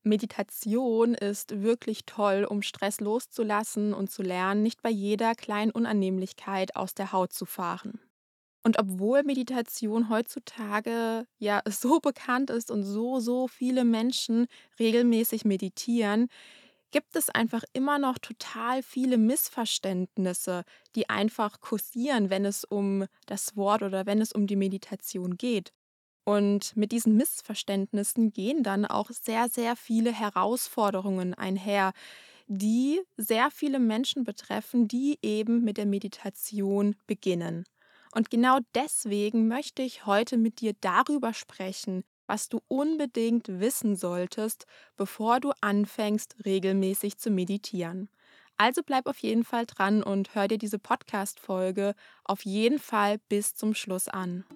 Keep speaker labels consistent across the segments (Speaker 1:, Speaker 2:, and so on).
Speaker 1: Meditation ist wirklich toll, um Stress loszulassen und zu lernen, nicht bei jeder kleinen Unannehmlichkeit aus der Haut zu fahren. Und obwohl Meditation heutzutage ja so bekannt ist und so viele Menschen regelmäßig meditieren, gibt es einfach immer noch total viele Missverständnisse, die einfach kursieren, wenn es um das Wort oder wenn es um die Meditation geht. Und mit diesen Missverständnissen gehen dann auch sehr viele Herausforderungen einher, die sehr viele Menschen betreffen, die eben mit der Meditation beginnen. Und genau deswegen möchte ich heute mit dir darüber sprechen, was du unbedingt wissen solltest, bevor du anfängst, regelmäßig zu meditieren. Also bleib auf jeden Fall dran und hör dir diese Podcast-Folge auf jeden Fall bis zum Schluss an.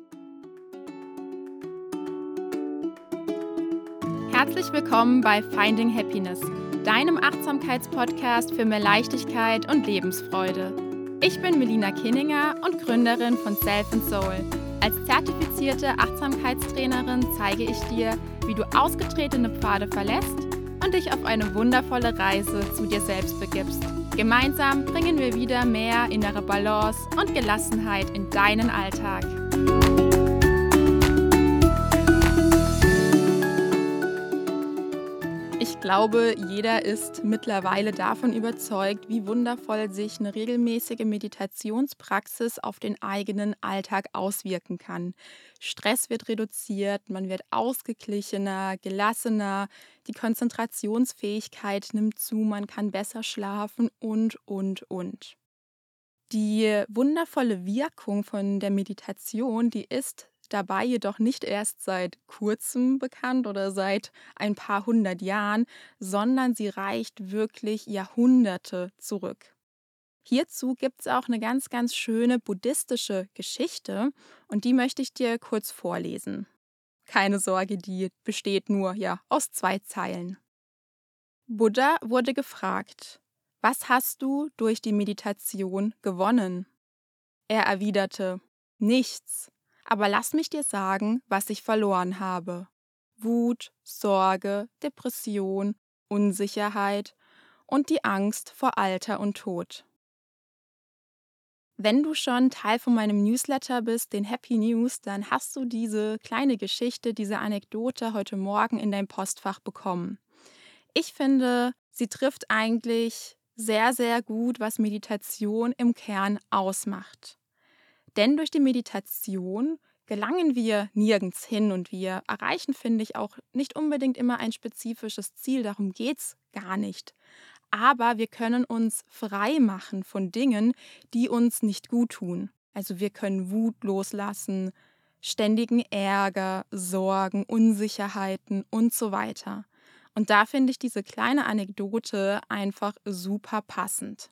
Speaker 1: Herzlich willkommen bei Finding Happiness, deinem Achtsamkeitspodcast für mehr Leichtigkeit und Lebensfreude. Ich bin Melina Kinninger und Gründerin von Self & Soul. Als zertifizierte Achtsamkeitstrainerin zeige ich dir, wie du ausgetretene Pfade verlässt und dich auf eine wundervolle Reise zu dir selbst begibst. Gemeinsam bringen wir wieder mehr innere Balance und Gelassenheit in deinen Alltag. Ich glaube, jeder ist mittlerweile davon überzeugt, wie wundervoll sich eine regelmäßige Meditationspraxis auf den eigenen Alltag auswirken kann. Stress wird reduziert, man wird ausgeglichener, gelassener, die Konzentrationsfähigkeit nimmt zu, man kann besser schlafen und. Die wundervolle Wirkung von der Meditation, die ist dabei jedoch nicht erst seit Kurzem bekannt oder seit ein paar hundert Jahren, sondern sie reicht wirklich Jahrhunderte zurück. Hierzu gibt es auch eine ganz schöne buddhistische Geschichte und die möchte ich dir kurz vorlesen. Keine Sorge, die besteht nur aus 2 Zeilen. Buddha wurde gefragt: Was hast du durch die Meditation gewonnen? Er erwiderte: Nichts, aber lass mich dir sagen, was ich verloren habe. Wut, Sorge, Depression, Unsicherheit und die Angst vor Alter und Tod. Wenn du schon Teil von meinem Newsletter bist, den Happy News, dann hast du diese kleine Geschichte, diese Anekdote heute Morgen in dein Postfach bekommen. Ich finde, sie trifft eigentlich sehr gut, was Meditation im Kern ausmacht. Denn durch die Meditation gelangen wir nirgends hin und wir erreichen, finde ich, auch nicht unbedingt immer ein spezifisches Ziel. Darum geht es gar nicht. Aber wir können uns frei machen von Dingen, die uns nicht gut tun. Also wir können Wut loslassen, ständigen Ärger, Sorgen, Unsicherheiten und so weiter. Und da finde ich diese kleine Anekdote einfach super passend.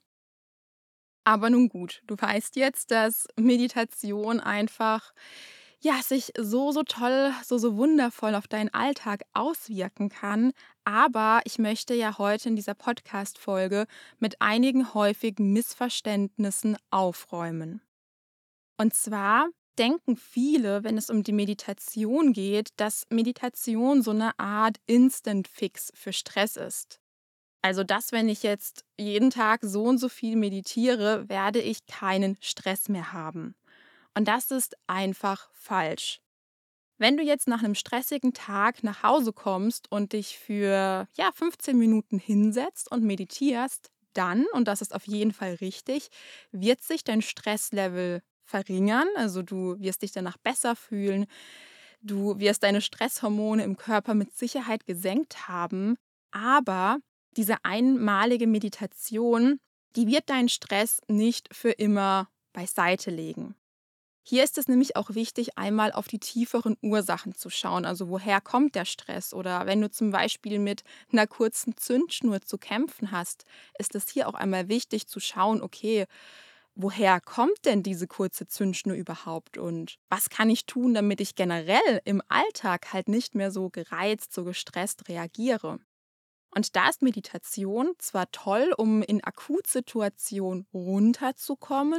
Speaker 1: Aber nun gut, du weißt jetzt, dass Meditation einfach sich so toll, so wundervoll auf deinen Alltag auswirken kann. Aber ich möchte ja heute in dieser Podcast-Folge mit einigen häufigen Missverständnissen aufräumen. Und zwar denken viele, wenn es um die Meditation geht, dass Meditation so eine Art Instant-Fix für Stress ist. Also, dass, wenn ich jetzt jeden Tag so und so viel meditiere, werde ich keinen Stress mehr haben. Und das ist einfach falsch. Wenn du jetzt nach einem stressigen Tag nach Hause kommst und dich für 15 Minuten hinsetzt und meditierst, dann, und das ist auf jeden Fall richtig, wird sich dein Stresslevel verringern. Also du wirst dich danach besser fühlen. Du wirst deine Stresshormone im Körper mit Sicherheit gesenkt haben. Aber diese einmalige Meditation, die wird deinen Stress nicht für immer beiseite legen. Hier ist es nämlich auch wichtig, einmal auf die tieferen Ursachen zu schauen. Also woher kommt der Stress? Oder wenn du zum Beispiel mit einer kurzen Zündschnur zu kämpfen hast, ist es hier auch einmal wichtig zu schauen, okay, woher kommt denn diese kurze Zündschnur überhaupt? Und was kann ich tun, damit ich generell im Alltag halt nicht mehr so gereizt, so gestresst reagiere? Und da ist Meditation zwar toll, um in Akutsituationen runterzukommen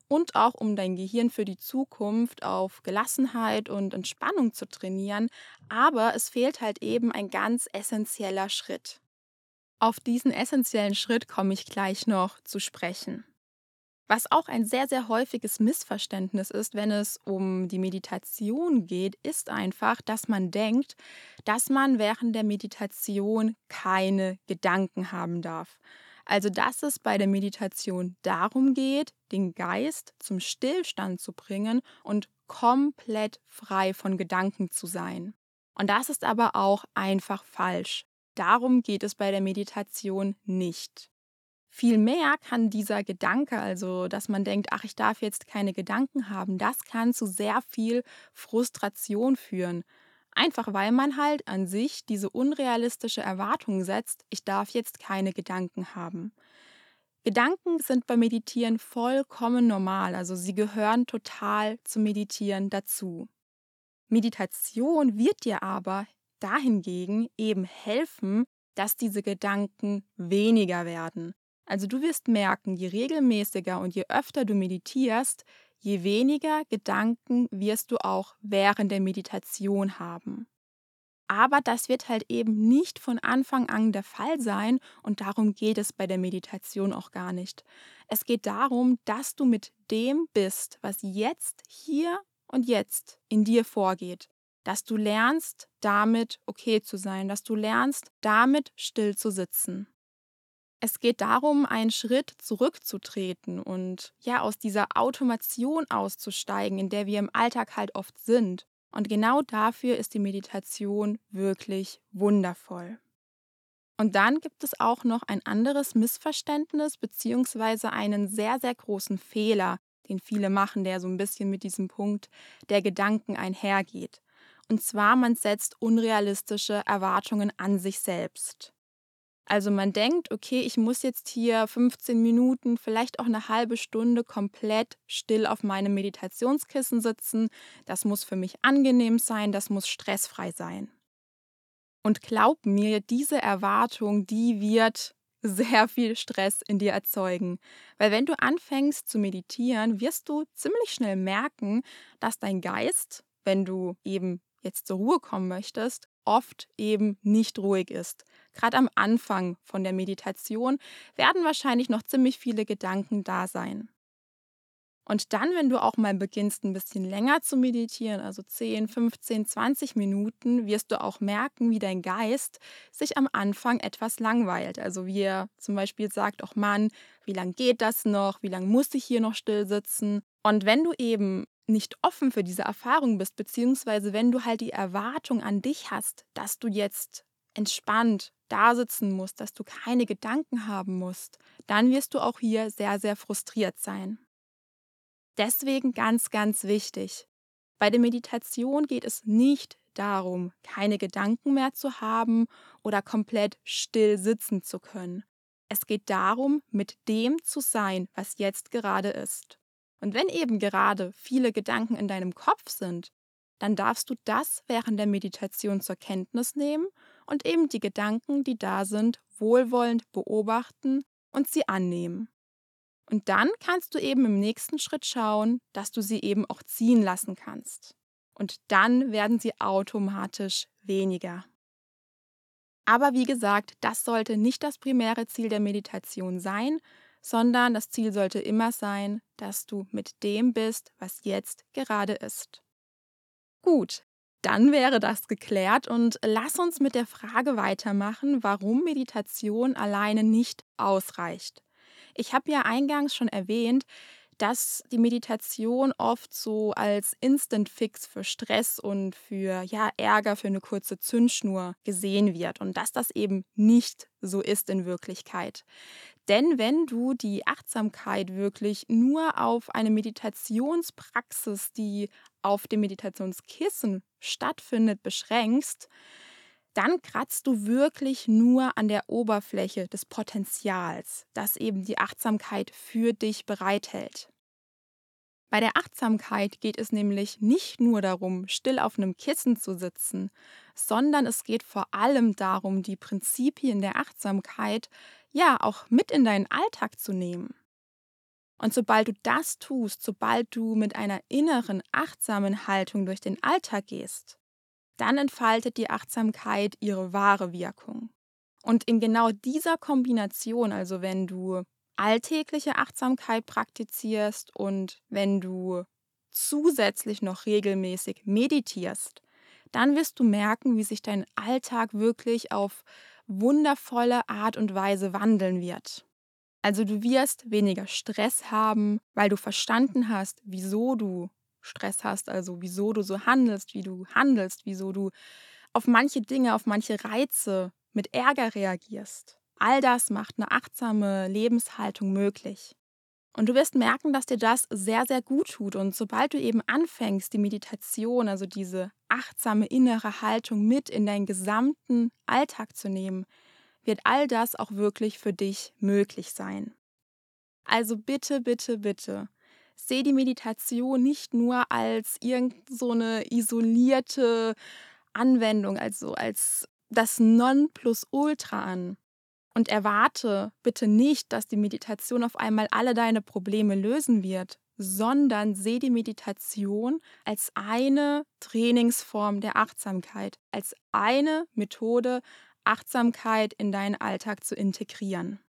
Speaker 1: und auch um dein Gehirn für die Zukunft auf Gelassenheit und Entspannung zu trainieren. Aber es fehlt halt eben ein ganz essentieller Schritt. Auf diesen essentiellen Schritt komme ich gleich noch zu sprechen. Was auch ein sehr, sehr häufiges Missverständnis ist, wenn es um die Meditation geht, ist einfach, dass man denkt, dass man während der Meditation keine Gedanken haben darf. Also, dass es bei der Meditation darum geht, den Geist zum Stillstand zu bringen und komplett frei von Gedanken zu sein. Und das ist aber auch einfach falsch. Darum geht es bei der Meditation nicht. Vielmehr kann dieser Gedanke, also dass man denkt, ach, ich darf jetzt keine Gedanken haben, das kann zu sehr viel Frustration führen. Einfach weil man halt an sich diese unrealistische Erwartung setzt, ich darf jetzt keine Gedanken haben. Gedanken sind beim Meditieren vollkommen normal, also sie gehören total zum Meditieren dazu. Meditation wird dir aber dahingegen eben helfen, dass diese Gedanken weniger werden. Also du wirst merken, je regelmäßiger und je öfter du meditierst, je weniger Gedanken wirst du auch während der Meditation haben. Aber das wird halt eben nicht von Anfang an der Fall sein und darum geht es bei der Meditation auch gar nicht. Es geht darum, dass du mit dem bist, was jetzt, hier und jetzt in dir vorgeht. Dass du lernst, damit okay zu sein, dass du lernst, damit still zu sitzen. Es geht darum, einen Schritt zurückzutreten und ja, aus dieser Automation auszusteigen, in der wir im Alltag halt oft sind. Und genau dafür ist die Meditation wirklich wundervoll. Und dann gibt es auch noch ein anderes Missverständnis beziehungsweise einen sehr, sehr großen Fehler, den viele machen, der so ein bisschen mit diesem Punkt der Gedanken einhergeht. Und zwar, man setzt unrealistische Erwartungen an sich selbst. Also man denkt, okay, ich muss jetzt hier 15 Minuten, vielleicht auch eine halbe Stunde komplett still auf meinem Meditationskissen sitzen. Das muss für mich angenehm sein, das muss stressfrei sein. Und glaub mir, diese Erwartung, die wird sehr viel Stress in dir erzeugen. Weil wenn du anfängst zu meditieren, wirst du ziemlich schnell merken, dass dein Geist, wenn du eben jetzt zur Ruhe kommen möchtest, oft eben nicht ruhig ist. Gerade am Anfang von der Meditation werden wahrscheinlich noch ziemlich viele Gedanken da sein. Und dann, wenn du auch mal beginnst, ein bisschen länger zu meditieren, also 10, 15, 20 Minuten, wirst du auch merken, wie dein Geist sich am Anfang etwas langweilt. Also wie er zum Beispiel sagt, ach Mann, wie lange geht das noch? Wie lange muss ich hier noch still sitzen? Und wenn du eben nicht offen für diese Erfahrung bist, beziehungsweise wenn du halt die Erwartung an dich hast, dass du jetzt entspannt da sitzen musst, dass du keine Gedanken haben musst, dann wirst du auch hier sehr, sehr frustriert sein. Deswegen ganz, ganz wichtig. Bei der Meditation geht es nicht darum, keine Gedanken mehr zu haben oder komplett still sitzen zu können. Es geht darum, mit dem zu sein, was jetzt gerade ist. Und wenn eben gerade viele Gedanken in deinem Kopf sind, dann darfst du das während der Meditation zur Kenntnis nehmen und eben die Gedanken, die da sind, wohlwollend beobachten und sie annehmen. Und dann kannst du eben im nächsten Schritt schauen, dass du sie eben auch ziehen lassen kannst. Und dann werden sie automatisch weniger. Aber wie gesagt, das sollte nicht das primäre Ziel der Meditation sein, sondern das Ziel sollte immer sein, dass du mit dem bist, was jetzt gerade ist. Gut, dann wäre das geklärt und lass uns mit der Frage weitermachen, warum Meditation alleine nicht ausreicht. Ich habe ja eingangs schon erwähnt, dass die Meditation oft so als Instant Fix für Stress und für Ärger für eine kurze Zündschnur gesehen wird und dass das eben nicht so ist in Wirklichkeit. Denn wenn du die Achtsamkeit wirklich nur auf eine Meditationspraxis, die auf dem Meditationskissen stattfindet, beschränkst, dann kratzt du wirklich nur an der Oberfläche des Potenzials, das eben die Achtsamkeit für dich bereithält. Bei der Achtsamkeit geht es nämlich nicht nur darum, still auf einem Kissen zu sitzen, sondern es geht vor allem darum, die Prinzipien der Achtsamkeit auch mit in deinen Alltag zu nehmen. Und sobald du das tust, sobald du mit einer inneren, achtsamen Haltung durch den Alltag gehst, dann entfaltet die Achtsamkeit ihre wahre Wirkung. Und in genau dieser Kombination, also wenn du alltägliche Achtsamkeit praktizierst und wenn du zusätzlich noch regelmäßig meditierst, dann wirst du merken, wie sich dein Alltag wirklich auf wundervolle Art und Weise wandeln wird. Also du wirst weniger Stress haben, weil du verstanden hast, wieso du Stress hast, also wieso du so handelst, wie du handelst, wieso du auf manche Dinge, auf manche Reize mit Ärger reagierst. All das macht eine achtsame Lebenshaltung möglich. Und du wirst merken, dass dir das sehr, sehr gut tut. Und sobald du eben anfängst, die Meditation, also diese achtsame innere Haltung mit in deinen gesamten Alltag zu nehmen, wird all das auch wirklich für dich möglich sein. Also bitte, bitte, bitte, sehe die Meditation nicht nur als irgend so eine isolierte Anwendung, also als das Nonplusultra an. Und erwarte bitte nicht, dass die Meditation auf einmal alle deine Probleme lösen wird, sondern sehe die Meditation als eine Trainingsform der Achtsamkeit, als eine Methode, Achtsamkeit in deinen Alltag zu integrieren.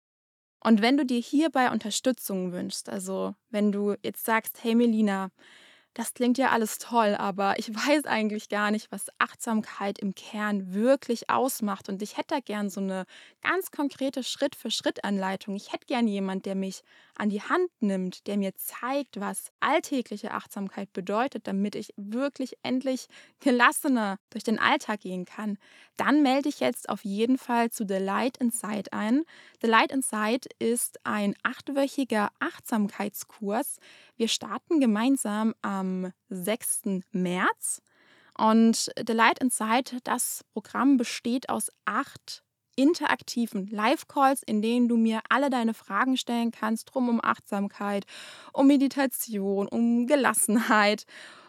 Speaker 1: Und wenn du dir hierbei Unterstützung wünschst, also wenn du jetzt sagst, hey Melina, das klingt ja alles toll, aber ich weiß eigentlich gar nicht, was Achtsamkeit im Kern wirklich ausmacht. Und ich hätte da gern so eine ganz konkrete Schritt-für-Schritt-Anleitung. Ich hätte gern jemand, der mich an die Hand nimmt, der mir zeigt, was alltägliche Achtsamkeit bedeutet, damit ich wirklich endlich gelassener durch den Alltag gehen kann. Dann melde dich jetzt auf jeden Fall zu The Light Inside ein. The Light Inside ist ein 8-wöchiger Achtsamkeitskurs. Wir starten gemeinsam am 6. März und The Light Inside, das Programm besteht aus 8 interaktiven Live-Calls, in denen du mir alle deine Fragen stellen kannst, drum um Achtsamkeit, um Meditation, um Gelassenheit.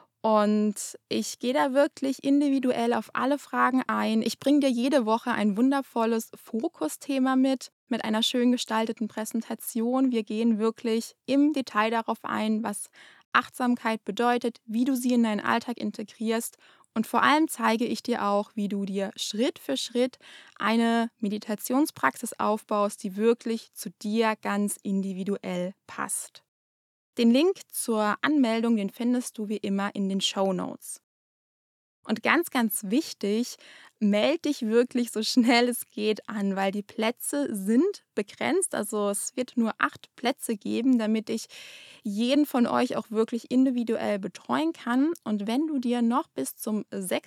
Speaker 1: Und ich gehe da wirklich individuell auf alle Fragen ein. Ich bringe dir jede Woche ein wundervolles Fokusthema mit einer schön gestalteten Präsentation. Wir gehen wirklich im Detail darauf ein, was Achtsamkeit bedeutet, wie du sie in deinen Alltag integrierst. Und vor allem zeige ich dir auch, wie du dir Schritt für Schritt eine Meditationspraxis aufbaust, die wirklich zu dir ganz individuell passt. Den Link zur Anmeldung, den findest du wie immer in den Shownotes. Und ganz, ganz wichtig, melde dich wirklich so schnell es geht an, weil die Plätze sind begrenzt. Also es wird nur 8 Plätze geben, damit ich jeden von euch auch wirklich individuell betreuen kann. Und wenn du dir noch bis zum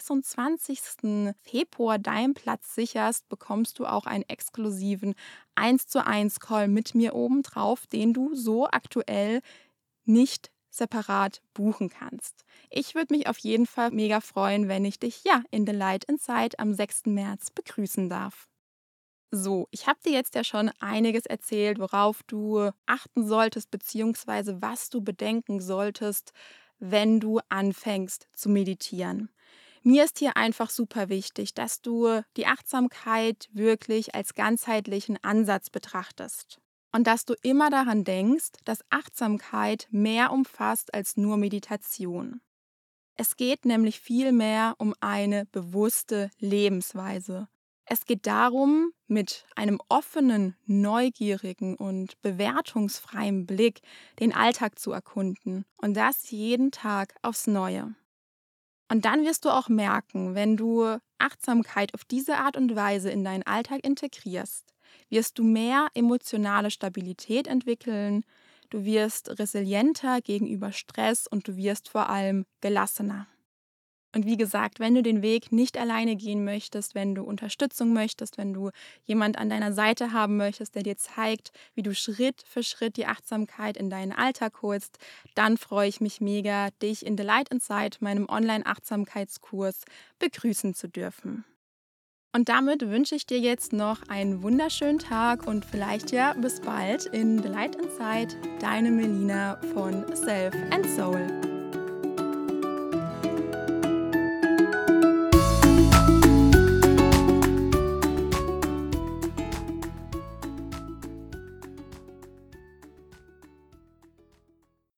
Speaker 1: 26. Februar deinen Platz sicherst, bekommst du auch einen exklusiven 1:1 Call mit mir obendrauf, den du so aktuell nicht separat buchen kannst. Ich würde mich auf jeden Fall mega freuen, wenn ich dich in The Light Inside am 6. März begrüßen darf. So, ich habe dir jetzt ja schon einiges erzählt, worauf du achten solltest, beziehungsweise was du bedenken solltest, wenn du anfängst zu meditieren. Mir ist hier einfach super wichtig, dass du die Achtsamkeit wirklich als ganzheitlichen Ansatz betrachtest. Und dass du immer daran denkst, dass Achtsamkeit mehr umfasst als nur Meditation. Es geht nämlich vielmehr um eine bewusste Lebensweise. Es geht darum, mit einem offenen, neugierigen und bewertungsfreien Blick den Alltag zu erkunden. Und das jeden Tag aufs Neue. Und dann wirst du auch merken, wenn du Achtsamkeit auf diese Art und Weise in deinen Alltag integrierst, wirst du mehr emotionale Stabilität entwickeln, du wirst resilienter gegenüber Stress und du wirst vor allem gelassener. Und wie gesagt, wenn du den Weg nicht alleine gehen möchtest, wenn du Unterstützung möchtest, wenn du jemand an deiner Seite haben möchtest, der dir zeigt, wie du Schritt für Schritt die Achtsamkeit in deinen Alltag holst, dann freue ich mich mega, dich in The Light Inside, meinem Online-Achtsamkeitskurs, begrüßen zu dürfen. Und damit wünsche ich dir jetzt noch einen wunderschönen Tag und vielleicht bis bald in The Light Inside, deine Melina von Self and Soul.